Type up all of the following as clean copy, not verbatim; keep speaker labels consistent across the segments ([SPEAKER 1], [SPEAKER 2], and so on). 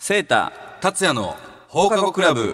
[SPEAKER 1] セータ
[SPEAKER 2] 達也の放課後クラブ。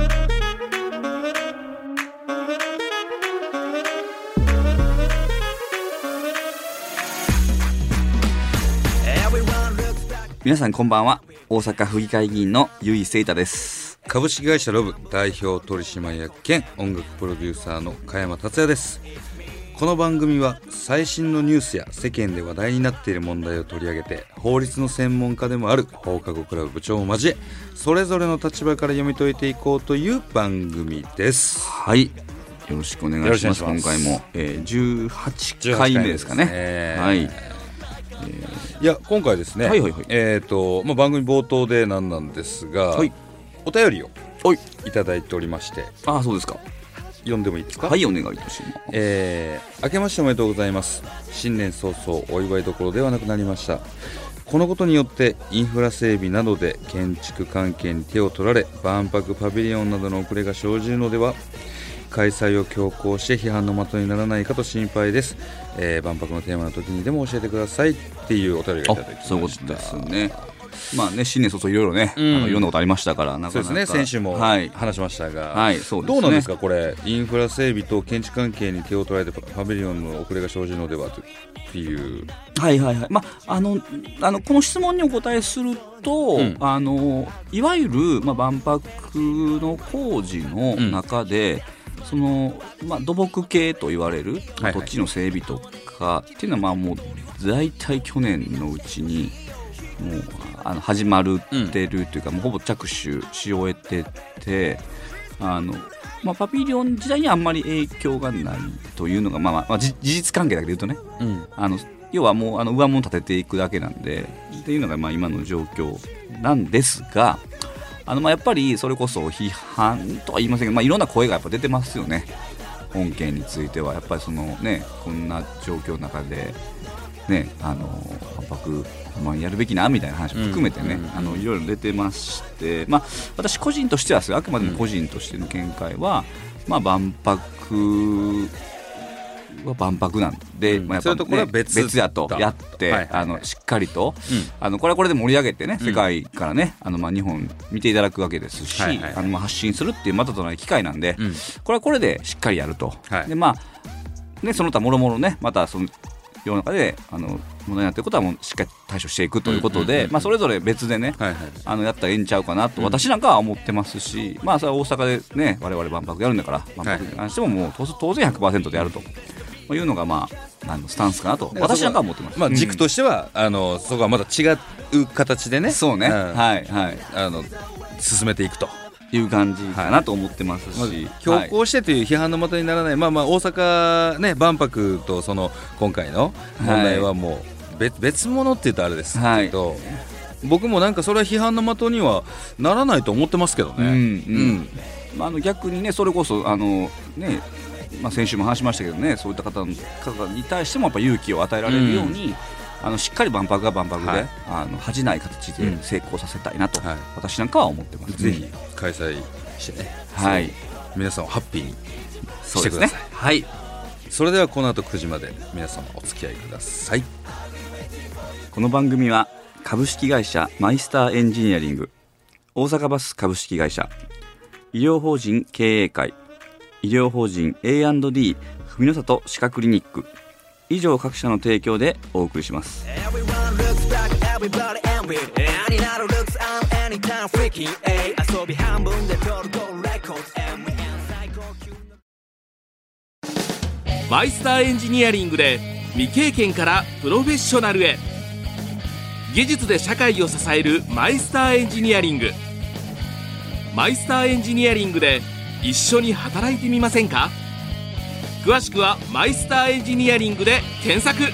[SPEAKER 1] 皆さんこんばんは。大阪府議会議員の由井セータです。
[SPEAKER 2] 株式会社ロブ代表取締役兼音楽プロデューサーの加山達也です。この番組は最新のニュースや世間で話題になっている問題を取り上げて、法律の専門家でもある放課後クラブ部長を交え、それぞれの立場から読み解いていこうという番組です。
[SPEAKER 1] はい、よろしくお願いします。今回も、18回目ですかね。はい。
[SPEAKER 2] いや今回ですね、
[SPEAKER 1] 番組
[SPEAKER 2] 冒頭でなんですが、
[SPEAKER 1] はい、
[SPEAKER 2] お便りをいただいておりまして。
[SPEAKER 1] ああ、そうですか。
[SPEAKER 2] 読んでもいいですか。
[SPEAKER 1] はい、お願いいたします。
[SPEAKER 2] 明けましておめでとうございます。新年早々お祝いどころではなくなりました。このことによってインフラ整備などで建築関係に手を取られ、万博パビリオンなどの遅れが生じるのでは、開催を強行して批判の的にならないかと心配です。万博のテーマの時にでも教えてくださいっていうお便りがいただきました。
[SPEAKER 1] そういうことですね。まあね、新年早々いろいろね、いろんなことありましたから、なかなか。
[SPEAKER 2] そうですね、先週も話しましたが、
[SPEAKER 1] はい、そうですね。
[SPEAKER 2] どうなんですかこれ、インフラ整備と建築関係に手を取られてパビリオンの遅れが生じるのではっていう。
[SPEAKER 1] はいはいはい。まあ、この質問にお答えすると、いわゆる、万博の工事の中で、土木系と言われる、土地の整備とかっていうのは、もう大体去年のうちにもう始まってるというか、もうほぼ着手し終えてて、パビリオン時代にあんまり影響がないというのが、事実関係だけで言うとね、要はもう上物立てていくだけなんでっていうのが今の状況なんですが、やっぱりそれこそ批判とは言いませんけど、いろんな声がやっぱ出てますよね。本件についてはやっぱりこんな状況の中でね、万博、やるべきなみたいな話も含めてね、いろいろ出てまして、私個人としてはあくまでも個人としての見解は、万博は万博なんで、やっぱね、別やとやって、しっかりと、これはこれで盛り上げてね、世界からね、日本見ていただくわけですし、発信するっていうまたとない機会なんで、これはこれでしっかりやると。でその他もろもろね、またその世の中で問題になっていることはもうしっかり対処していくということで、それぞれ別でね、やったらええんちゃうかなと私なんかは思ってますし、それは大阪でね、我々万博やるんだから、万博に関してももう当然 100% でやるというのがスタンスかなと私なんかは思ってます。
[SPEAKER 2] 軸としてはそこはまた違う形でね、
[SPEAKER 1] そうね、
[SPEAKER 2] 進めていくと
[SPEAKER 1] いう感じかなと思ってますし、
[SPEAKER 2] 強行してという批判の的にならない、大阪ね、万博とその今回の問題はもう別物って言うとあれですけど、僕もなんかそれは批判の的にはならないと思ってますけどね。
[SPEAKER 1] 逆にね、それこそ先週も話しましたけどね、そういった方に対してもやっぱ勇気を与えられるように、しっかり万博が万博で、恥じない形で成功させたいなと、私なんかは思ってます。
[SPEAKER 2] ぜひ開催してね、皆さんをハッピーにしてください。それではこの後9時まで皆様お付き合いください。
[SPEAKER 1] この番組は株式会社マイスターエンジニアリング、大阪バス株式会社、医療法人経営会、医療法人 A&D 文の里歯科クリニック以上各社の提供でお送りします。
[SPEAKER 3] マイスターエンジニアリングで未経験からプロフェッショナルへ、技術で社会を支えるマイスターエンジニアリング。マイスターエンジニアリングで一緒に働いてみませんか。詳しくはマイスターエンジニアリングで検索。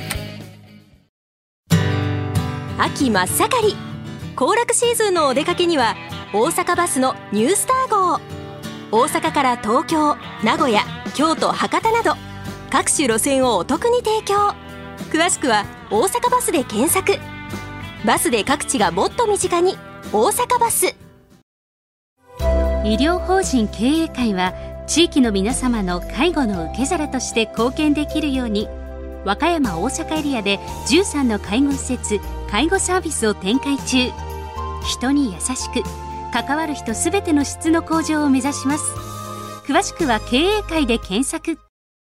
[SPEAKER 4] 秋真っ盛り、行楽シーズンのお出かけには大阪バスのニュースター号。大阪から東京、名古屋、京都、博多など各種路線をお得に提供。詳しくは大阪バスで検索。バスで各地がもっと身近に、大阪バス。
[SPEAKER 5] 医療法人経営会は地域の皆様の介護の受け皿として貢献できるように、和歌山大阪エリアで13の介護施設、介護サービスを展開中。 人に優しく、関わる人すべての質の向上を目指します。詳しくは経営会で検索。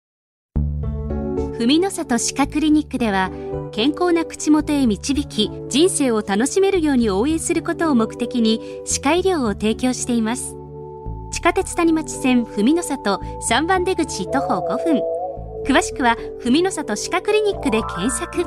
[SPEAKER 5] 文の里歯科クリニックでは、健康な口元へ導き、人生を楽しめるように応援することを目的に歯科医療を提供しています。地下鉄谷町線文の里3番出口徒歩5分。詳しくは文の里歯科クリニックで検索。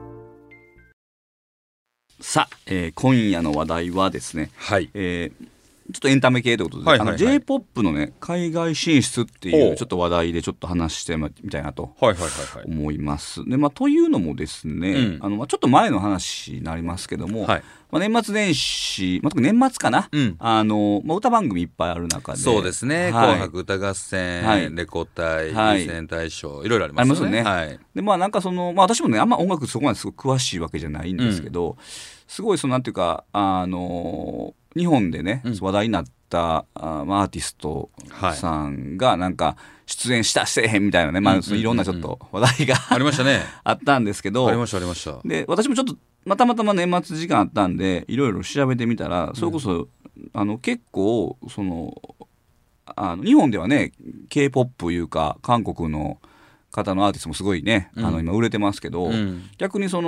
[SPEAKER 1] さあ、今夜の話題はですね、
[SPEAKER 2] はい、
[SPEAKER 1] ちょっとエンタメ系ということで、J-POP のね海外進出っていうちょっと話題でちょっと話してみたいなと思います。で、というのもですね、ちょっと前の話になりますけども、年末年始、特に年末かな、歌番組いっぱいある中で、
[SPEAKER 2] そうですね、紅白歌合戦、レコ大、二千大賞、いろいろありますよね。
[SPEAKER 1] で、なんか私もねあんま音楽そこまですごく詳しいわけじゃないんですけど、すごいなんていうか日本でね、話題になったアーティストさんがなんか出演したせえへんみたいなね、いろんなちょっと話題が
[SPEAKER 2] ありましたね
[SPEAKER 1] あったんですけど、
[SPEAKER 2] ありました
[SPEAKER 1] で、私もちょっとたまたま年末時間あったんでいろいろ調べてみたら、それこそ結構日本ではね K-POP いうか韓国の方のアーティストもすごいね、今売れてますけど、逆に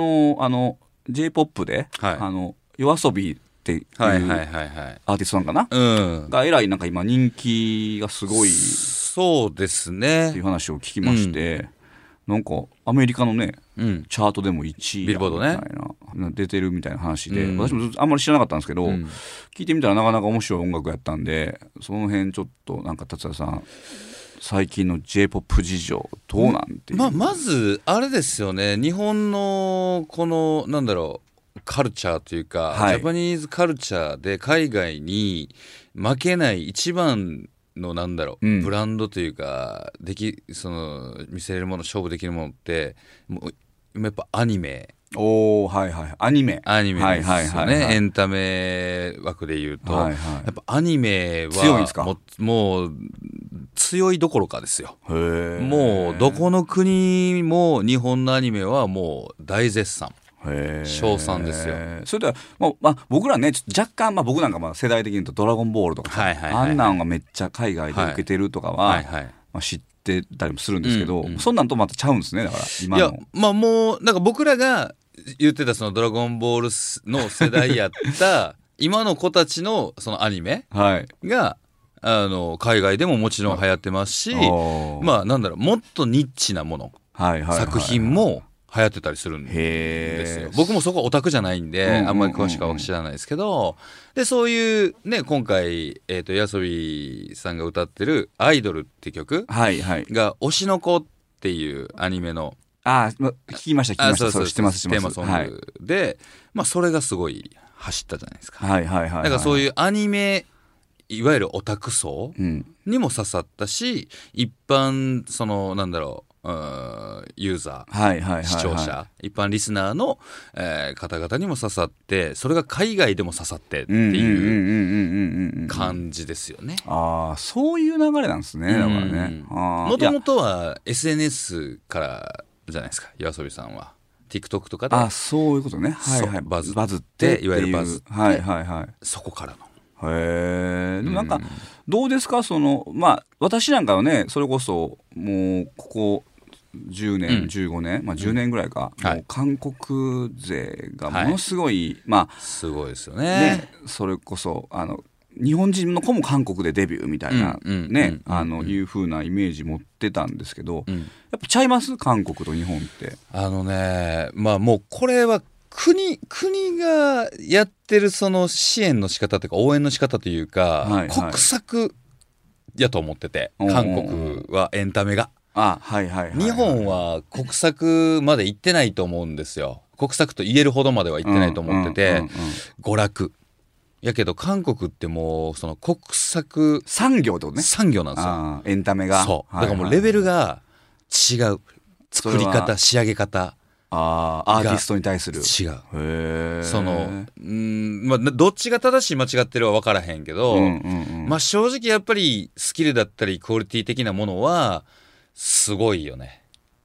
[SPEAKER 1] J-POP で、YOASOBIっていうアーティストなんかな、がえらいなんか今人気がすごい、
[SPEAKER 2] そうですね
[SPEAKER 1] っていう話を聞きまして、なんかアメリカのね、チャートでも1位みたいな、出てるみたいな話で、私もあんまり知らなかったんですけど、聞いてみたらなかなか面白い音楽やったんで、その辺ちょっとなんか達也さん最近の J-POP 事情どうなんていう。
[SPEAKER 2] まずあれですよね、日本のこのなんだろうカルチャーというか、ジャパニーズカルチャーで海外に負けない一番のなんだろう、ブランドというか見せれるもの、勝負できるものってもうやっぱアニメ。
[SPEAKER 1] アニメ
[SPEAKER 2] ですよね、エンタメ枠でいうと、やっぱアニメは
[SPEAKER 1] 強いんですか？
[SPEAKER 2] もう強いどころかですよ。もうどこの国も日本のアニメはもう大絶賛、称賛ですよ。
[SPEAKER 1] それでは、僕らねちょっと若干、僕なんか世代的に言うとドラゴンボールとか、あんなんがめっちゃ海外で受けてるとかは、知ってたりもするんですけど、そんなんとまたちゃうんですね。だから今の、
[SPEAKER 2] いや、もうなんか僕らが言ってたそのドラゴンボールの世代やった今の子たちのそのアニメが、海外でももちろん流行ってますし、なんだろう、もっとニッチなもの、作品も流行ってたりするんですよ。僕もそこオタクじゃないんで、あんまり詳しくは知らないですけど、でそういうね、今回YOASOBIさんが歌ってる「アイドル」って曲が「推しの子」っていうアニメの
[SPEAKER 1] 聞きました。そう知ってます。
[SPEAKER 2] テーマソングで、それがすごい走ったじゃないですか。だからそういうアニメ、いわゆるオタク層にも刺さったし、一般なんだろう、ユーザー、視聴者、一般リスナーの、方々にも刺さって、それが海外でも刺さってっていう感じですよね。
[SPEAKER 1] そういう流れなんですね。だからね、
[SPEAKER 2] もともとは SNS からじゃないですか、YOASOBIさんは TikTok とかで。
[SPEAKER 1] そういうことね。
[SPEAKER 2] バズって、いわゆるバズって、そこからの。
[SPEAKER 1] でもなんかどうですか、私なんかはね、それこそもうここ10年、15年、10年ぐらいか、もう韓国勢がものすごい、
[SPEAKER 2] すごいですよね。
[SPEAKER 1] それこそ日本人の子も韓国でデビューみたいなね、いう風なイメージ持ってたんですけど、やっぱちゃいます？韓国と日本って。
[SPEAKER 2] もうこれは国がやってるその支援の仕方というか応援の仕方というか、国策やと思ってて、韓国はエンタメが。日本は国策まで行ってないと思うんですよ。国策と言えるほどまでは行ってないと思ってて、娯楽やけど韓国ってもうその国策
[SPEAKER 1] 産業ってことね。
[SPEAKER 2] 産業なんですよ、
[SPEAKER 1] エンタメが。
[SPEAKER 2] そうだからもうレベルが違う、作り方、仕上げ方、
[SPEAKER 1] アーティストに対する
[SPEAKER 2] 違う。どっちが正しい間違ってるは分からへんけど、正直やっぱりスキルだったりクオリティ的なものはすごいよね。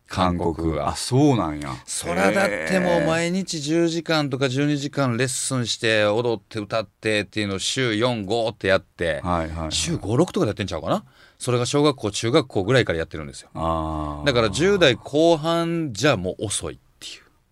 [SPEAKER 2] 韓国は。
[SPEAKER 1] あ、そうなんや。
[SPEAKER 2] そらだってもう毎日10時間とか12時間レッスンして踊って歌ってっていうのを週4、5ってやって、
[SPEAKER 1] はいはいはい、
[SPEAKER 2] 週5、6とかでやってんちゃうかな。それが小学校中学校ぐらいからやってるんですよ。だから10代後半じゃもう遅いっていう。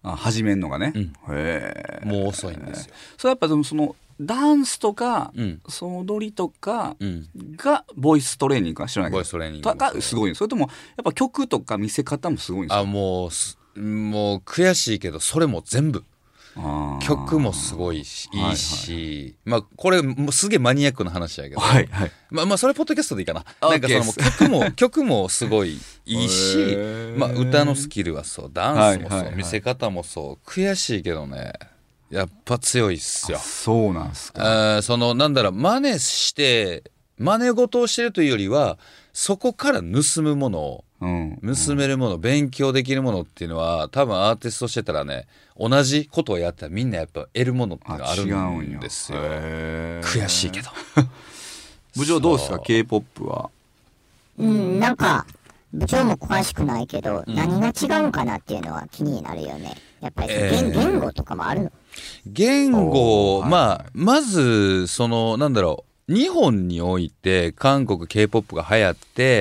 [SPEAKER 1] 始めんのがね、
[SPEAKER 2] へー、もう遅いんですよ。
[SPEAKER 1] それやっぱそのダンスとか、その踊りとかがボイストレーニングか知らないけど、
[SPEAKER 2] ボイストレーニング
[SPEAKER 1] がすごい。それともやっぱ曲とか見せ方もすごいんですか。
[SPEAKER 2] もう悔しいけどそれも全部。曲もすごいしいいし、まあこれもすげえマニアックな話やけど、
[SPEAKER 1] はいはい、
[SPEAKER 2] まあそれポッドキャストでいいかな。なんかその曲もすごいいいし、まあ歌のスキルはそう、ダンスもそう、見せ方もそう、悔しいけどね、やっぱ強いっすよ。
[SPEAKER 1] そうなんすか。
[SPEAKER 2] そのなんだろう、真似事をしてるというよりは、そこから盗むものを、盗めるもの、勉強できるものっていうのは、多分アーティストしてたらね、同じことをやったらみんなやっぱ得るものっていうのがあるんですよ。悔しいけど。
[SPEAKER 1] 部長どうですか K-POP は。
[SPEAKER 6] なんか部長も詳しくないけど、何が違うかなっていうのは気になるよね。やっぱり、言語とかもあるの？
[SPEAKER 2] 言語、まずそのなんだろう、日本において韓国 K-POP が流行って、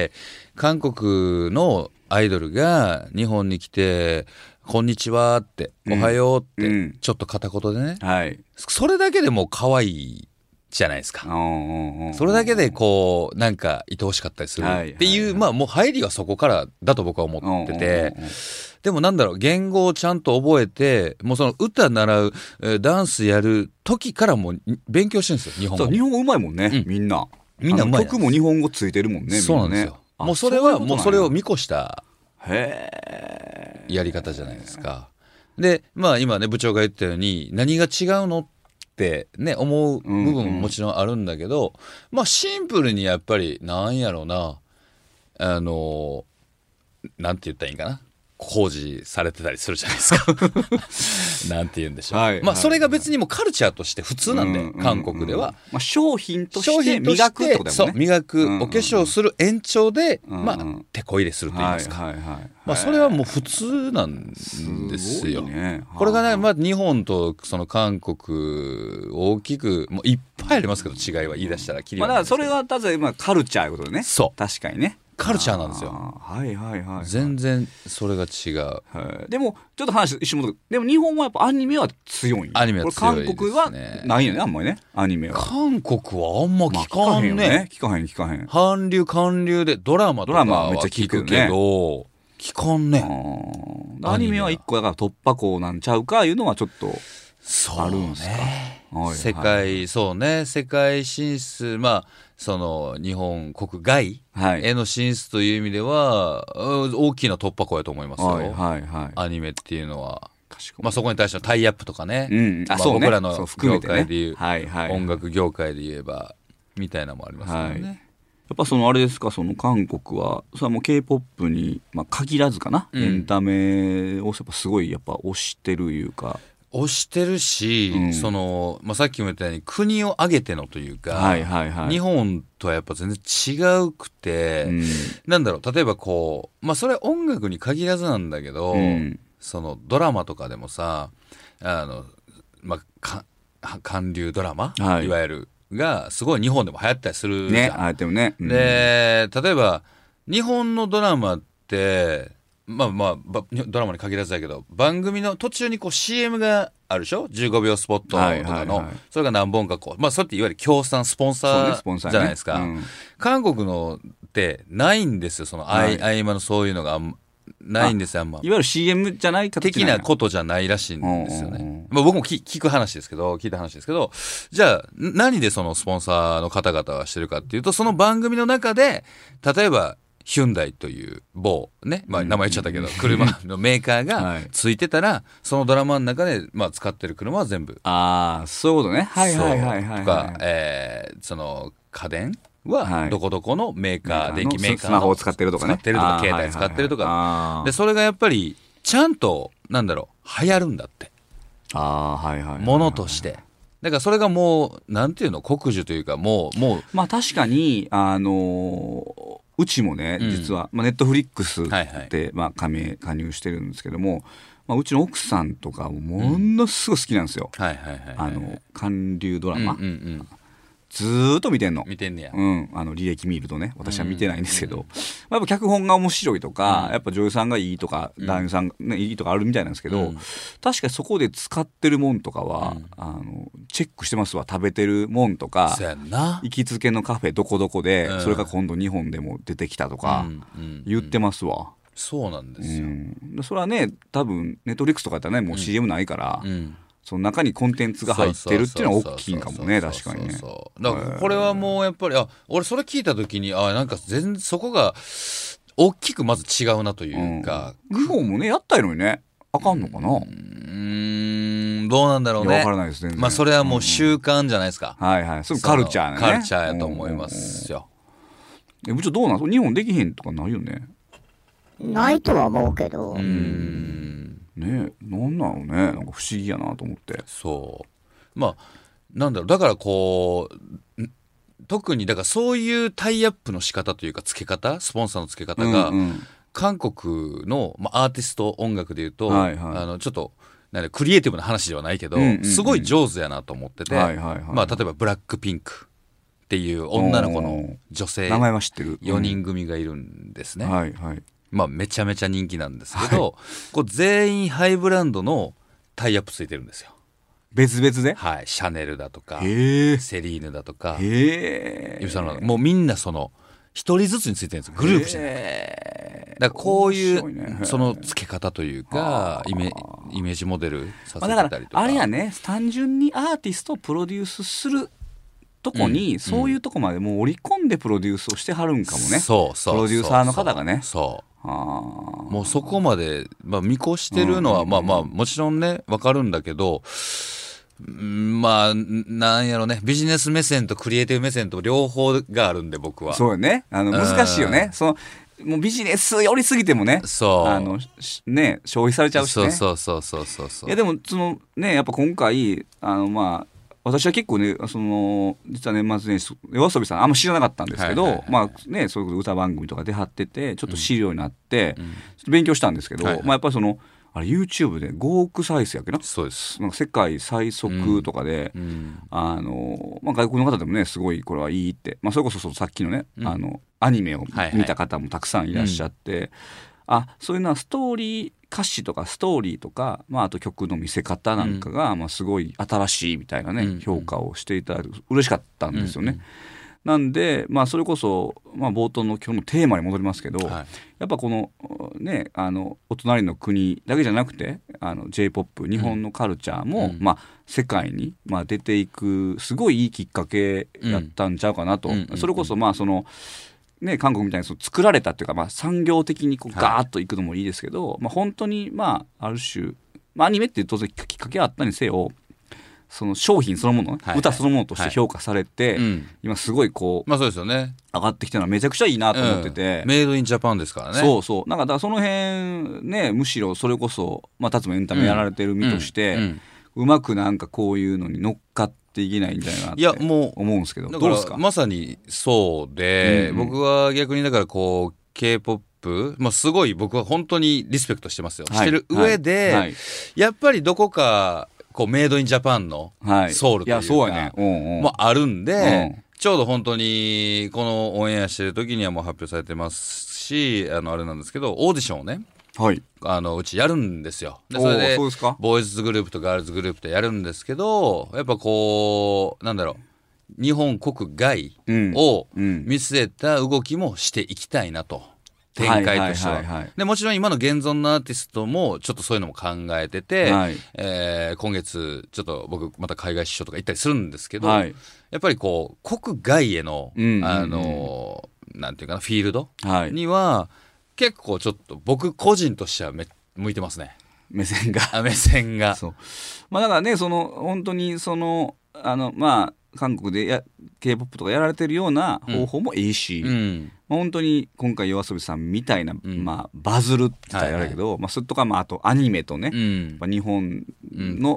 [SPEAKER 2] 韓国のアイドルが日本に来てこんにちはって、おはようって、ちょっと片言でね、それだけでもう可愛いじゃないですか。それだけでこうなんか愛おしかったりするっていう、まあもう入りはそこからだと僕は思ってて、でもなんだろう、言語をちゃんと覚えて、もうその歌習う、ダンスやる時からもう勉強してるんですよ、日本語。
[SPEAKER 1] 日本語うまいもんね、みんなうまい。曲も日本語ついてるもんね。
[SPEAKER 2] そうなんですよ。もうそれはもうそれを見越したやり方じゃないですか。で、まあ今ね部長が言ったように、何が違うのってね思う部分ももちろんあるんだけど、まあシンプルにやっぱりなんやろうな、なんて言ったらいいんかな、工事されてたりするじゃないですか。なんて言うんでしょう。まあそれが別にもうカルチャーとして普通なんで、韓国では。
[SPEAKER 1] まあ商品として磨くってことだもんね。
[SPEAKER 2] そう、磨く、お化粧する延長で、まあ手こ入れすると言いますか。まあそれはもう普通なんですよ。これがね、まあ日本とその韓国大きく、もういっぱいありますけど、違いは言い出したらきりがない。
[SPEAKER 1] まあそれは例えばカルチャーいうことでね。そう。確かにね。
[SPEAKER 2] カルチャーなんですよ。全然それが違う。
[SPEAKER 1] でもちょっと話一瞬戻る。でも日本はやっぱアニメは強いんよ。
[SPEAKER 2] アニメは強いですね。
[SPEAKER 1] 韓国はないよね、あんまりね、アニメは。
[SPEAKER 2] 韓国はあんま聞かんね。
[SPEAKER 1] 聞かへん。
[SPEAKER 2] 韓流でドラマとかはめっちゃ聞くけど、聞かんね。
[SPEAKER 1] アニメは一個だから突破口なんちゃうかいうのはちょっとあるんですか。
[SPEAKER 2] 世界、そうね、世界進出、まあその日本国外への進出という意味では、大きな突破口やと思いますよ。アニメっていうのは。まあそこに対してのタイアップとかね、僕らの業界でいう、音楽業界で言えばみたいなのもありますよね。
[SPEAKER 1] やっぱそのあれですか、その韓国はそれはもう K-POP に限らずかな、エンタメをやっぱすごいやっぱ推してるいうか。
[SPEAKER 2] 推してるし、そのまあ、さっきも言ったように国を挙げてのというか、日本とはやっぱ全然違うくて、なんだろう、例えばこう、まあそれは音楽に限らずなんだけど、そのドラマとかでもさ、まあ韓流ドラマ、いわゆるがすごい日本でも流行ったりするじゃん。
[SPEAKER 1] 流行ってるね。
[SPEAKER 2] で、例えば日本のドラマってまあドラマに限らずだけど、番組の途中にこう CM があるでしょ、15秒スポットとかの、それが何本かこう、まあそれっていわゆる協賛スポンサーじゃないですか。韓国のってないんですよ、その合間のそういうのがないんですよ、あんま。
[SPEAKER 1] いわゆる CM じゃない形
[SPEAKER 2] 的なことじゃないらしいんですよね。まあ僕も聞いた話ですけど、じゃあ何でそのスポンサーの方々はしてるかっていうと、その番組の中で例えばヒュンダイという某ね、まあ名前言っちゃったけど、車のメーカーがついてたら、そのドラマの中でまあ使ってる車は全部。
[SPEAKER 1] そういうことね。
[SPEAKER 2] とか、その家電はどこどこのメーカー、電気メーカーの
[SPEAKER 1] スマホを使ってるとかね。
[SPEAKER 2] 携帯使ってるとか。で、それがやっぱりちゃんとなんだろう、流行るんだって。ものとして。だからそれがもうなんていうの、国需というか、もう
[SPEAKER 1] まあ確かにうちもね実は、ネットフリックス
[SPEAKER 2] はいはい
[SPEAKER 1] で、加入してるんですけども、うちの奥さんとかものすごい好きなんですよ、
[SPEAKER 2] はいはいはいはい。
[SPEAKER 1] 韓流ドラマ、
[SPEAKER 2] うんうんうん
[SPEAKER 1] ずーっと見てんの。
[SPEAKER 2] 見てんねや。
[SPEAKER 1] 履歴見るとね、私は見てないんですけど、やっぱ脚本が面白いとか、やっぱ女優さんがいいとか、男優さんが、ね、いいとかあるみたいなんですけど、確かにそこで使ってるもんとかは、チェックしてますわ。食べてるもんとか、
[SPEAKER 2] そうやんな。
[SPEAKER 1] 行きつけのカフェどこどこで、それが今度日本でも出てきたとか、言ってますわ。
[SPEAKER 2] そうなんですよ。
[SPEAKER 1] それはね、多分ネットフリックスとかだったらね、もう CM ないから、その中にコンテンツが入ってるっていうのは大きいんかもね。確かにね。
[SPEAKER 2] だからこれはもうやっぱり俺それ聞いた時になんか全然そこが大きくまず違うなというか、
[SPEAKER 1] 日本もねやったのにね、あかんのかな。
[SPEAKER 2] どうなんだろうね。
[SPEAKER 1] わからないですね。
[SPEAKER 2] それはもう習慣じゃないですか。
[SPEAKER 1] はいはい。それカルチャーね。
[SPEAKER 2] カルチャーやと思いますよ。
[SPEAKER 1] 部長どうなん？日本できへんとかないよね。
[SPEAKER 6] ないとは思うけど。
[SPEAKER 1] ね、なんなのね、なんか不思議やなと思って。
[SPEAKER 2] そうなんだろう、だからこう特にだからそういうタイアップの仕方というか付け方、スポンサーの付け方が、韓国の、アーティスト音楽でいうと、ちょっとクリエイティブな話ではないけど、すごい上手やなと思ってて、例えばブラックピンクっていう女の子の女性
[SPEAKER 1] 名前は知ってる
[SPEAKER 2] 4人組がいるんですね。
[SPEAKER 1] はいはい。
[SPEAKER 2] めちゃめちゃ人気なんですけど、こう全員ハイブランドのタイアップついてるんですよ。
[SPEAKER 1] 別々で、
[SPEAKER 2] はい、シャネルだとかセリーヌだとか、もうみんなその一人ずつについてるんですよ、グループじゃなくて。だからこういうその付け方というかイメージモデルさせてたりとか、
[SPEAKER 1] だからあれやね、単純にアーティストをプロデュースするとこに、そういうとこまでもう織り込んでプロデュースをしてはるんかもね。プロデューサーの方がね。もうそこまで、見越してるのは、もちろんね分かるんだけど、なんやろね、ビジネス目線とクリエイティブ目線と両方があるんで、僕は。 そうよね、難しいよね。もうビジネス寄りすぎてもね、消費されちゃうしね。いやでもやっぱ今回私は結構ね、実は年末年始YOASOBIさんあんま知らなかったんですけど、そういう歌番組とか出はっててちょっと知るようになって、ちょっと勉強したんですけど、やっぱりYouTube で5億再生やっけな。
[SPEAKER 2] そうです。
[SPEAKER 1] なんか世界最速とかで、外国の方でもねすごいこれはいいって、それこそさっきのね、アニメを見た方もたくさんいらっしゃって、そういうのはストーリー歌詞とかストーリーとか、あと曲の見せ方なんかが、すごい新しいみたいなね、評価をしていただく嬉しかったんですよね。なんで、それこそ、冒頭の今日のテーマに戻りますけど、やっぱこのねお隣の国だけじゃなくてJ-POP 日本のカルチャーも、世界に、出ていくすごいいいきっかけやったんちゃうかなと。それこそ韓国みたいに作られたっていうか、産業的にガーッといくのもいいですけど、本当にある種、アニメって当然きっかけはあったにせよ、その商品そのもの、歌そのものとして評価されて、今すごいそう
[SPEAKER 2] ですよね、
[SPEAKER 1] 上がってきたのはめちゃくちゃいいなと思ってて、
[SPEAKER 2] メイドインジャパンですからね。
[SPEAKER 1] そうなんかだからその辺ね、むしろそれこそ達もエンタメやられてる身として、うまくなんかこういうのに乗っかっていけないみたいなって思うんですけど、どうですか？
[SPEAKER 2] まさにそうで、僕は逆にだからこう K-POP、すごい僕は本当にリスペクトしてますよ、してる上で、やっぱりどこかこうメイドインジャパンのソウルというかもあるんで、ちょうど本当にこのオンエアしてる時にはもう発表されてますし、あれなんですけど、オーディションをね、うちやるんですよ。でそれでボーイズグループとガールズグループとやるんですけど、やっぱこうなんだろう、日本国外を見据えた動きもしていきたいなと、展開としては。でもちろん今の現存のアーティストもちょっとそういうのも考えてて、今月ちょっと僕また海外出張とか行ったりするんですけど、やっぱりこう国外へのなんていうかな、フィールドには結構ちょっと僕個人としては向いてますね、目線が。
[SPEAKER 1] そう、だからね、本当に韓国でK-POP とかやられてるような方法もいいし、本当に今回YOASOBIさんみたいな、バズるって言ったらあれだけど、それとかあとアニメとね、日本の、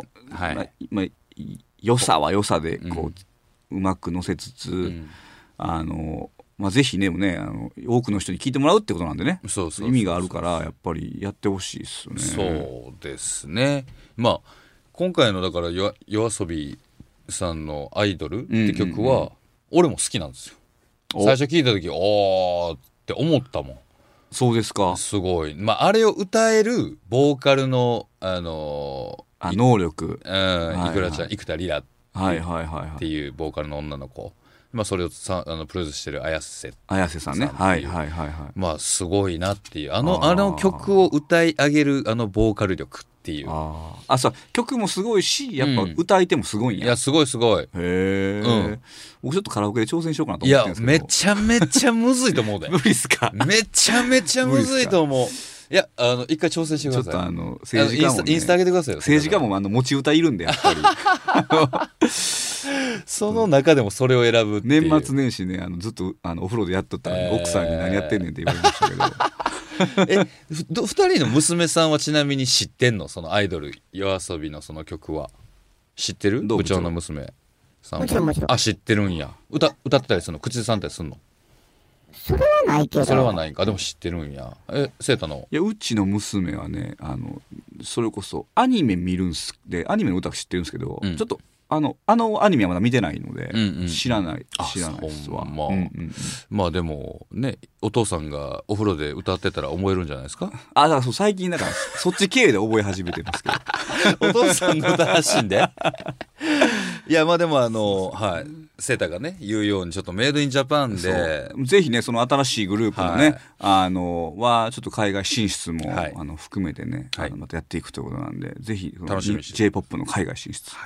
[SPEAKER 1] 良さは良さでこう、うまく乗せつつ、 ぜひね多くの人に聞いてもらうってことなんでね、
[SPEAKER 2] そう
[SPEAKER 1] 意味があるからやっぱりやってほしいですよね。
[SPEAKER 2] そうですね。今回のだからYOASOBIさんのアイドルって曲は俺も好きなんですよ。最初聞いた時おーって思ったもん。
[SPEAKER 1] そうですか。
[SPEAKER 2] すごい、あれを歌えるボーカルの
[SPEAKER 1] 能力、
[SPEAKER 2] いくらちゃん、生田リラっていうボーカルの女の子、それをプロデュースしてる綾瀬
[SPEAKER 1] さんね、
[SPEAKER 2] すごいなっていうあの曲を歌い上げるボーカル力っていう。
[SPEAKER 1] そう、曲もすごいしやっぱ歌い手もすごいんや。
[SPEAKER 2] いやすごいすごい。
[SPEAKER 1] へえ、僕ちょっとカラオケで挑戦しようかなと思ってるんですけど。
[SPEAKER 2] いやめちゃめちゃむずいと思うで
[SPEAKER 1] 無理っすか。
[SPEAKER 2] めちゃめちゃむずいと思う。いや一回挑戦してください。
[SPEAKER 1] ちょっと政治家も、
[SPEAKER 2] インスタ上げてくださいよ。
[SPEAKER 1] 政治家も持ち歌いるんでやっぱり
[SPEAKER 2] その中でもそれを選ぶっていう。
[SPEAKER 1] 年末年始ねずっとお風呂でやっとったら、奥さんに何やってんねんって言われましたけど
[SPEAKER 2] 2人の娘さんはちなみに知ってんの？そのアイドルYOASOBIのその曲は知ってる？部長の娘さんは。
[SPEAKER 6] もちろん。
[SPEAKER 2] 知ってるんや。歌ってたりするの？口ずさんだりするの？
[SPEAKER 6] それはないけど。
[SPEAKER 2] それはないんか。でも知ってるんや。セータの？
[SPEAKER 1] いやうちの娘はねそれこそアニメ見るんすでアニメの歌知ってるんですけど、ちょっとアニメはまだ見てないので、知らないですわ。
[SPEAKER 2] でもねお父さんがお風呂で歌ってたら思えるんじゃないですか。
[SPEAKER 1] だから最近だからそっち系で覚え始めてますけど
[SPEAKER 2] お父さんの歌発信でいやでもセータがね言うようにちょっとメイドインジャパンで
[SPEAKER 1] ぜひねその新しいグループのね、はちょっと海外進出も、含めてね、またやっていくということなんでぜひ
[SPEAKER 2] 楽しみにして
[SPEAKER 1] J-POP の海外進出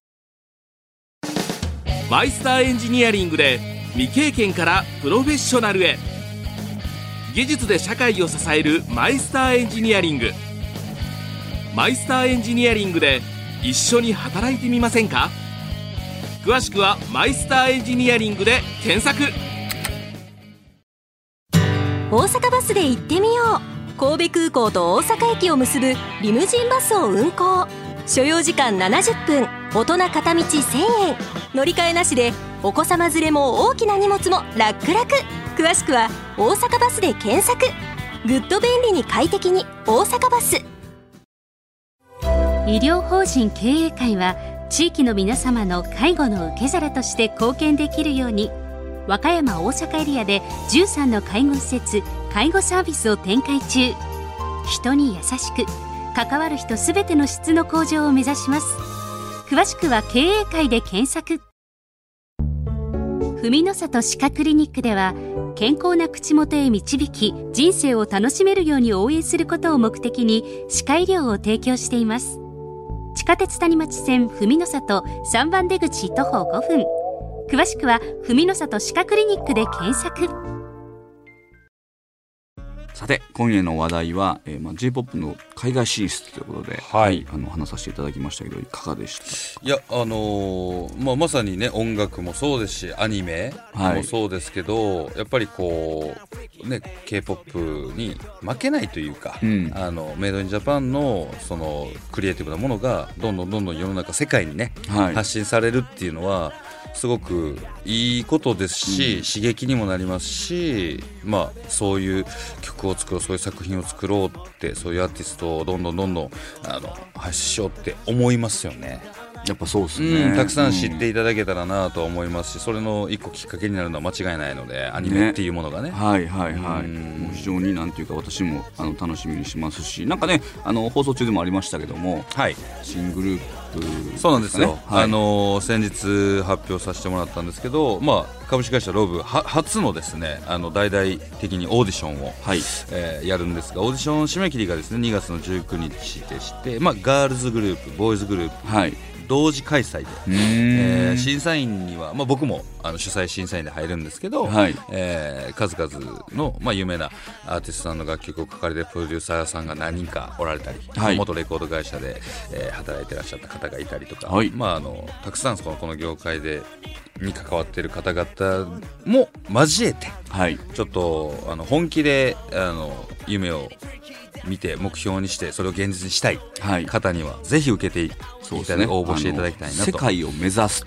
[SPEAKER 3] マイスターエンジニアリングで未経験からプロフェッショナルへ。技術で社会を支えるマイスターエンジニアリング。マイスターエンジニアリングで一緒に働いてみませんか？詳しくはマイスターエンジニアリングで検索。
[SPEAKER 4] 大阪バスで行ってみよう。神戸空港と大阪駅を結ぶリムジンバスを運行。所要時間70分、大人片道1000円。乗り換えなしでお子様連れも大きな荷物も楽々。詳しくは大阪バスで検索。グッド便利に快適に大阪バス。
[SPEAKER 5] 医療法人経営会は地域の皆様の介護の受け皿として貢献できるように和歌山大阪エリアで13の介護施設介護サービスを展開中。人に優しく関わる人すべての質の向上を目指します。詳しくは経営会で検索。ふみのさと歯科クリニックでは健康な口元へ導き人生を楽しめるように応援することを目的に歯科医療を提供しています。地下鉄谷町線ふみのさと3番出口徒歩5分。詳しくはふみのさと歯科クリニックで検索。
[SPEAKER 1] さて今夜の話題は、J-POP の海外進出ということで、話させていただきましたけどいかがでしたか？
[SPEAKER 2] いやまさにね音楽もそうですしアニメもそうですけど、やっぱりこうね K-POP に負けないというか、メイドインジャパンのそのクリエイティブなものがどんどん世の中世界にね、発信されるっていうのはすごくいいことですし、刺激にもなりますし、そういう曲を作ろう、そういう作品を作ろうって、そういうアーティストをどんどん発信しようって思いますよね。
[SPEAKER 1] やっぱそうですね、
[SPEAKER 2] たくさん知っていただけたらなと思いますし、それの一個きっかけになるのは間違いないので、アニメっていうものがね、もう非常になんていうか私も楽しみにしますし、なんかね放送中でもありましたけども、新グループそうなんですよ、先日発表させてもらったんですけど、株式会社ロブ初のですね大々的にオーディションを、やるんですが、オーディション締め切りがですね2月の19日でして、ガールズグループボーイズグループ、同時開催で、審査員には、僕も主催審査員で入るんですけど、数々の、有名なアーティストさんの楽曲を書かれているプロデューサーさんが何人かおられたり、元レコード会社で、働いていらっしゃった方がいたりとか、たくさんこの業界に関わっている方々も交えて、ちょっと本気で夢を見て目標にしてそれを現実にしたい方にはぜひ受けていただき、応募していただきたいなと。
[SPEAKER 1] 世界を目指すと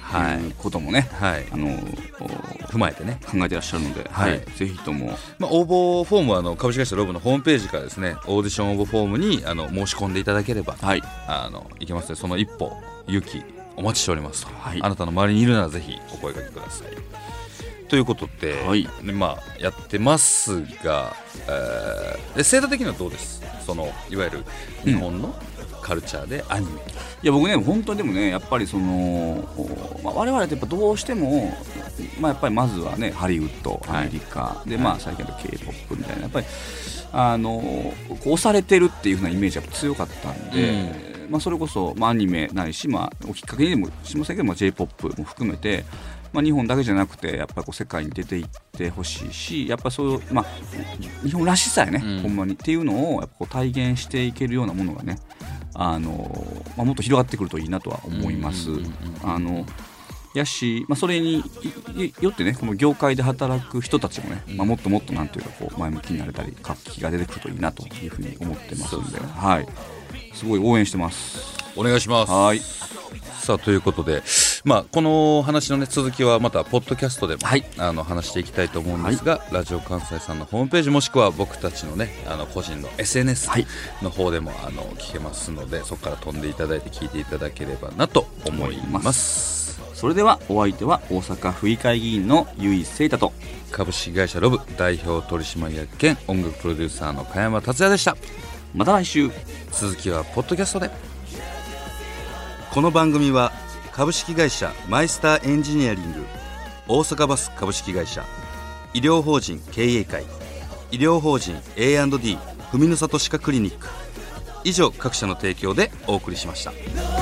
[SPEAKER 1] いうこともね、
[SPEAKER 2] はい、踏まえてね
[SPEAKER 1] 考えてらっしゃるので、はい、ぜひとも、
[SPEAKER 2] 応募フォームは株式会社ロブのホームページからですね、オーディション応募フォームに申し込んでいただければ、はい、いけますので、その一歩勇気お待ちしております、はい、あなたの周りにいるならぜひお声掛けくださいということで、はい、やってますが、制度的にはどうです？いわゆる日本のカルチャーでアニメ、
[SPEAKER 1] いや僕ね本当にでもねやっぱり我々ってやっぱどうしても、やっぱりまずはねハリウッドアメリカ、で最近だと K-POP みたいなやっぱり押されてるっていう風なイメージが強かったんで、それこそ、アニメないし、おきっかけにもしませんけども J-POP も含めて、日本だけじゃなくてやっぱり世界に出ていってほしいし、やっぱそういう、日本らしさやね、ほんまにっていうのをやっぱ体現していけるようなものがね、もっと広がってくるといいなとは思います。やし、それによってねこの業界で働く人たちもね、もっともっとなんていうか前向きになれたり活気が出てくるといいなというふうに思ってますので、はい、すごい応援してます。
[SPEAKER 2] お願いします。はい。さあということで、この話の、続きはまたポッドキャストでも、話していきたいと思うんですが、ラジオ関西さんのホームページもしくは僕たちのね個人の SNS の方でも聞けますので、そこから飛んでいただいて聞いていただければなと思います。
[SPEAKER 1] それではお相手は大阪府議会議員の由井誠太と
[SPEAKER 2] 株式会社ロブ代表取締役兼音楽プロデューサーの加山達也でした。
[SPEAKER 1] また来週。
[SPEAKER 2] 続きはポッドキャストで。この番組は株式会社マイスターエンジニアリング、大阪バス株式会社、医療法人経営会、医療法人 A&D 文の里歯科クリニック、以上各社の提供でお送りしました。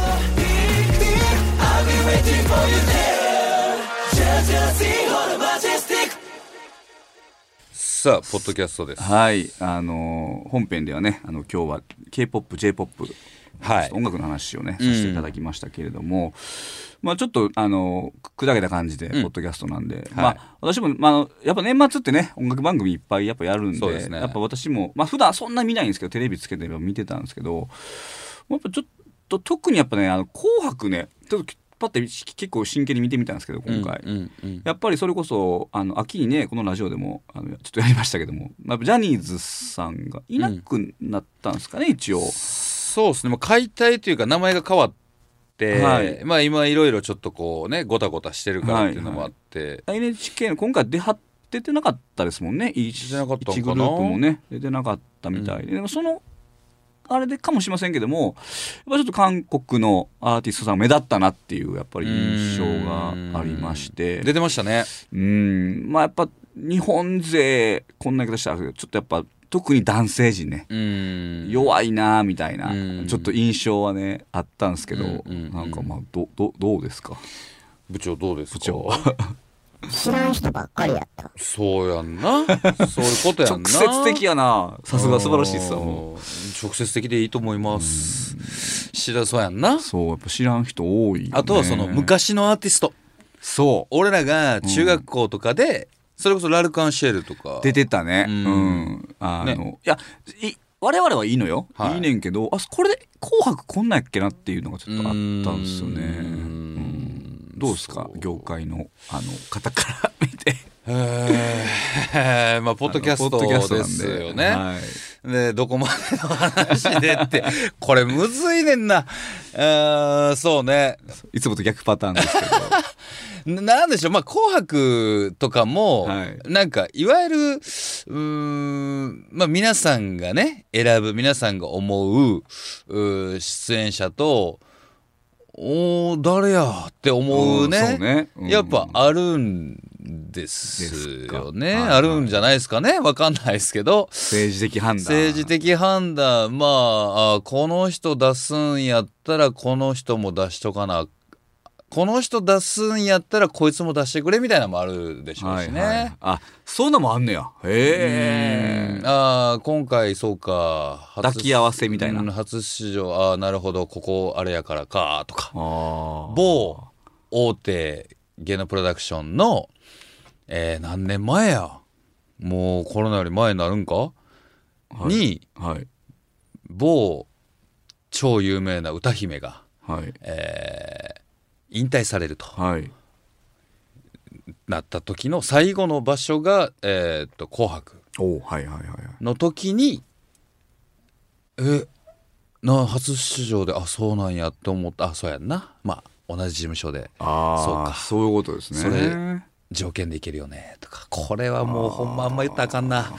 [SPEAKER 2] さあポッドキャストです。
[SPEAKER 1] はい、本編ではね今日は K-POP、J-POP、音楽の話をねさせていただきましたけれども、ちょっと砕けた感じでポッドキャストなんで、私もやっぱ年末ってね音楽番組いっぱいやっぱやるんで、やっぱ私も普段そんな見ないんですけどテレビつけて見てたんですけど、やっぱちょっと特にやっぱね紅白ねちょっとパッて結構真剣に見てみたんですけど今回、やっぱりそれこそ秋にねこのラジオでもちょっとやりましたけども、ジャニーズさんがいなくなったんですかね、一応。
[SPEAKER 2] そうですね、解体というか名前が変わって、今いろいろちょっとゴタゴタしてるからっていうのもあって、
[SPEAKER 1] NHK の今回出てなかったですもんね。1グループもね出てなかったみたいで、でもそのあれでかもしれませんけども、やっぱちょっと韓国のアーティストさん目立ったなっていうやっぱり印象がありまして、
[SPEAKER 2] 出てましたね。
[SPEAKER 1] やっぱ日本勢こんな言い方したらちょっとやっぱ特に男性陣ね弱いなみたいなちょっと印象はねあったんですけど、なんかどうですか
[SPEAKER 2] 部長、どうですか？部長
[SPEAKER 6] 知らん人ばっかりやった。
[SPEAKER 2] そうやんなそういうことやんな。
[SPEAKER 1] 直接的やな。さすが素晴らしいっすわ。
[SPEAKER 2] 直接的でいいと思います。知らそうやんな。
[SPEAKER 1] そうやっぱ知らん人多いよね。
[SPEAKER 2] あとはその昔のアーティスト、
[SPEAKER 1] そう
[SPEAKER 2] 俺らが中学校とかで、それこそラルカンシェルとか
[SPEAKER 1] 出てたね。いや我々はいいのよ、いいねんけど、これで紅白こんなんやっけなっていうのがちょっとあったんですよね。どうですか業界の方から見て
[SPEAKER 2] ポッドキャストですよね。でどこまでの話でってこれむずいねんな。そうね、
[SPEAKER 1] いつもと逆パターンですけど
[SPEAKER 2] なんでしょう、紅白とかも、なんかいわゆる皆さんがね選ぶ、皆さんが思う出演者と誰やって思うね、やっぱあるんですよね。あるんじゃないですかね、わかんないですけど、
[SPEAKER 1] 政治的判
[SPEAKER 2] 断、この人出すんやったらこの人も出しとかな、この人出すんやったらこいつも出してくれみたいなのもあるでしょうしね。
[SPEAKER 1] そんなもんあんのや。
[SPEAKER 2] 今回そうか、
[SPEAKER 1] 抱き合わせみたいな、
[SPEAKER 2] 初出場、なるほど、ここあれやからかとか、某大手芸能プロダクションの、何年前や、もうコロナより前になるんか、に、某超有名な歌姫が、 引退されると、
[SPEAKER 1] はい、
[SPEAKER 2] なった時の最後の場所が、紅白の時に、初出場でそうなんやって思った。そうやんな、まあ同じ事務所で、
[SPEAKER 1] そうか、そういうことですね。
[SPEAKER 2] それ条件でいけるよねとか、これはもうほんまあんま言ったらあかんな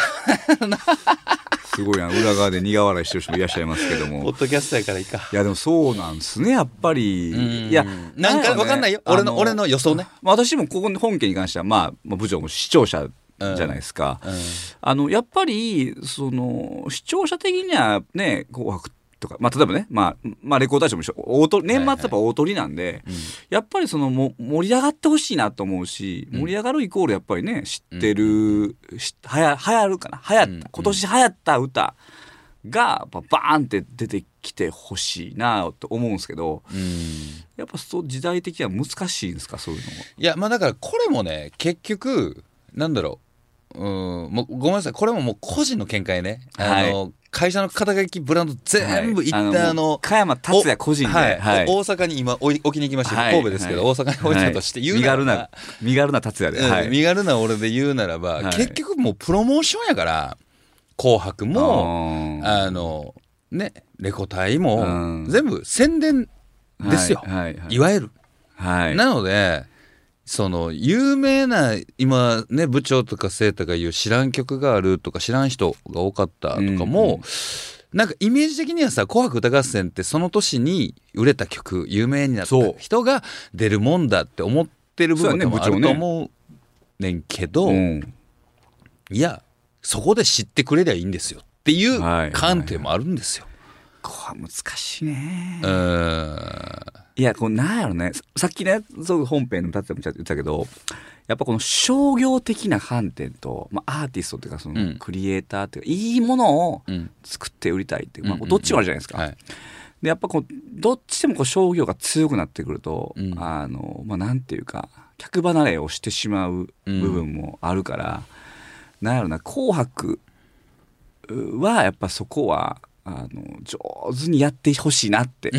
[SPEAKER 1] すごいな、裏側で苦笑いしてる人もいらっしゃいますけども
[SPEAKER 2] ポッドキャストやからいいか。
[SPEAKER 1] いやでもそうなんですね、やっぱり。いや
[SPEAKER 2] なんか分かんないよ、俺の予想ね。
[SPEAKER 1] 私もここ本件に関しては、まあ部長も視聴者じゃないですか、やっぱりその視聴者的にはね、紅白とか、まあ、例えばね、まあ、レコード大賞も年末やっぱ大取りなんで、やっぱりその盛り上がってほしいなと思うし、盛り上がるイコールやっぱりね、知ってる、流行るかな、流行った、今年流行った歌がやっぱバーンって出てきてほしいなと思うんですけど、やっぱそう時代的には難しいんですか、そういうのも。
[SPEAKER 2] いや、まあだからこれもね、結局なんだろう、もうごめんなさい、これももう個人の見解ね。会社の肩書きブランド全部いった、
[SPEAKER 1] 加山達也個人で、
[SPEAKER 2] 大阪に今置きに行きました、神戸ですけど、大阪に置いたとして言うならば、
[SPEAKER 1] 身軽な達也で、
[SPEAKER 2] 身軽な俺で言うならば、結局もうプロモーションやから、紅白もね、レコ大も全部宣伝ですよ、いわゆる。なのでその有名な今ね、部長とか生太が言う知らん曲があるとか知らん人が多かったとかも、なんかイメージ的にはさ、紅白歌合戦ってその年に売れた曲、有名になった人が出るもんだって思ってる部分もあると思うねんけど、いやそこで知ってくれりゃいいんですよっていう観点もあるんですよ。
[SPEAKER 1] これは難しいね。いや、こうなんやろね、さっきね、そう本編の達也も言ってたけど、やっぱこの商業的な観点と、アーティストっていうかそのクリエイターっていうか、いいものを作って売りたいっていう、どっちもあるじゃないですか。でやっぱこうどっちでもこう商業が強くなってくると、なんていうか客離れをしてしまう部分もあるから、なんやろな、紅白はやっぱそこは上手にやってほしいなって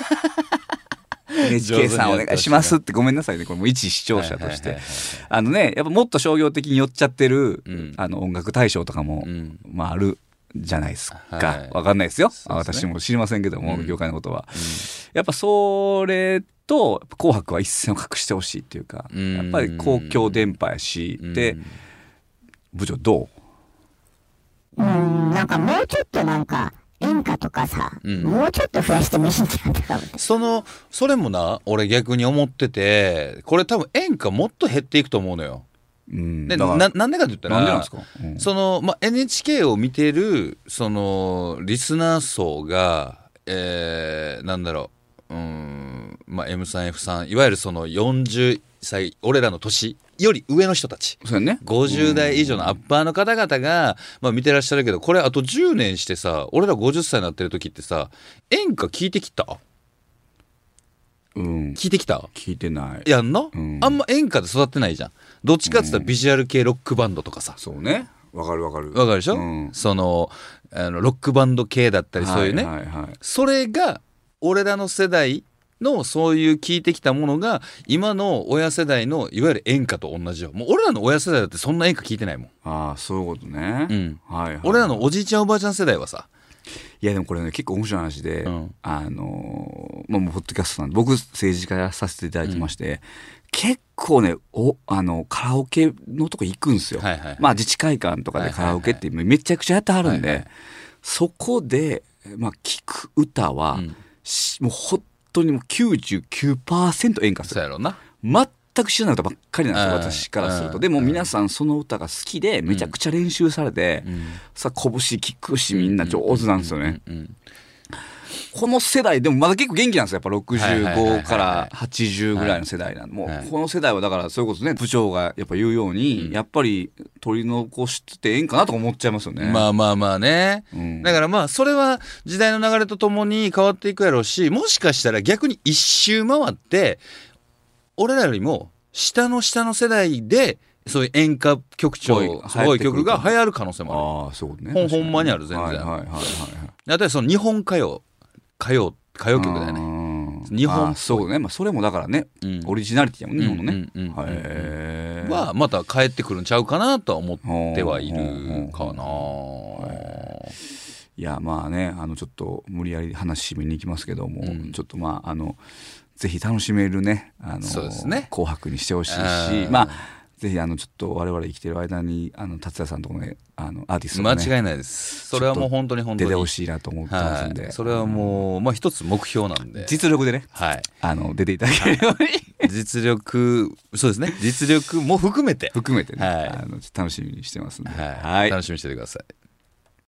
[SPEAKER 1] NHK さんお願いしますって、ごめんなさいね、これも一視聴者としてやっぱもっと商業的に寄っちゃってる、音楽大賞とかも、あるじゃないですか。わかんないですよ、私も知りませんけども、業界のことは。やっぱそれと紅白は一線を画してほしいっていうか、やっぱり公共電波やし、で部長どう？
[SPEAKER 6] なんかもうちょっとなんか演歌とかさ、もうちょっと増やしてもいいんじゃないかな。
[SPEAKER 2] それもな、俺逆に思ってて、これ多分演歌もっと減っていくと思うのよ。でなんでかって言ったら、
[SPEAKER 1] なんでなんですか？
[SPEAKER 2] NHK を見てるそのリスナー層が、なんだろう、M3、F3、いわゆるその40歳、俺らの年より上の人たち、
[SPEAKER 1] そうね、
[SPEAKER 2] 50代以上のアッパーの方々が、見てらっしゃるけど、これあと10年してさ、俺ら50歳になってる時ってさ、演歌聞いてきた？聞いてきた？
[SPEAKER 1] 聞いてない。
[SPEAKER 2] やんな、あんま演歌で育ってないじゃん。どっちかって言ったらビジュアル系ロックバンドとかさ。
[SPEAKER 1] そうね、わかるわかる
[SPEAKER 2] でしょ、そのロックバンド系だったり、そういうね、それが俺らの世代のそういう聞いてきたものが今の親世代のいわゆる演歌と同じよ。もう俺らの親世代だってそんな演歌聞いてないもん。
[SPEAKER 1] そういうことね。
[SPEAKER 2] 俺らのおじいちゃんおばあちゃん世代はさ、
[SPEAKER 1] いやでもこれね、結構面白い話で、もうポッドキャストなんで僕政治家やさせていただいてまして、結構ねカラオケのとこ行くんですよ。自治会館とかでカラオケってめちゃくちゃやってはるんで、そこで聞く歌は、もう本当にもう 99% 演歌する。
[SPEAKER 2] そうやろな。
[SPEAKER 1] 全く知らない歌ばっかりなんですよ、私からすると。でも皆さんその歌が好きでめちゃくちゃ練習されて、さ拳聞くしみんな上手なんですよね。この世代でもまだ結構元気なんですよ、やっぱ65から80ぐらいの世代なんで、もうこの世代はだからそういうことね、部長がやっぱ言うように、やっぱり取り残してええんかなとか思っちゃいますよね。
[SPEAKER 2] ね、だからそれは時代の流れとともに変わっていくやろうし、もしかしたら逆に一周回って俺らよりも下の世代でそういう演歌曲調すごい曲が流行る可能性もある。
[SPEAKER 1] そうね、
[SPEAKER 2] ほんまにある。全然だってその日本歌謡曲だよね。 日本っぽい
[SPEAKER 1] そうね、まあ、それもだからね、オリジナリティやもんね、日本のね。
[SPEAKER 2] はまた帰ってくるんちゃうかなとは思ってはいるかな。
[SPEAKER 1] いやまあねちょっと無理やり話締めに行きますけども、ちょっとまあぜひ楽しめるね
[SPEAKER 2] そうですね、
[SPEAKER 1] 紅白にしてほしいし、まあぜひちょっと我々生きてる間に達也さんとこのねアーティストがね
[SPEAKER 2] 間違いないです。それはもう本当に
[SPEAKER 1] 出てほしいなと思ってますんで、
[SPEAKER 2] それはもうまあ一つ目標なんで、
[SPEAKER 1] 実力でね、出ていただけるように
[SPEAKER 2] 実力、そうですね、実力も含めて
[SPEAKER 1] ね、楽しみにしてますんで、
[SPEAKER 2] 楽しみにしててください。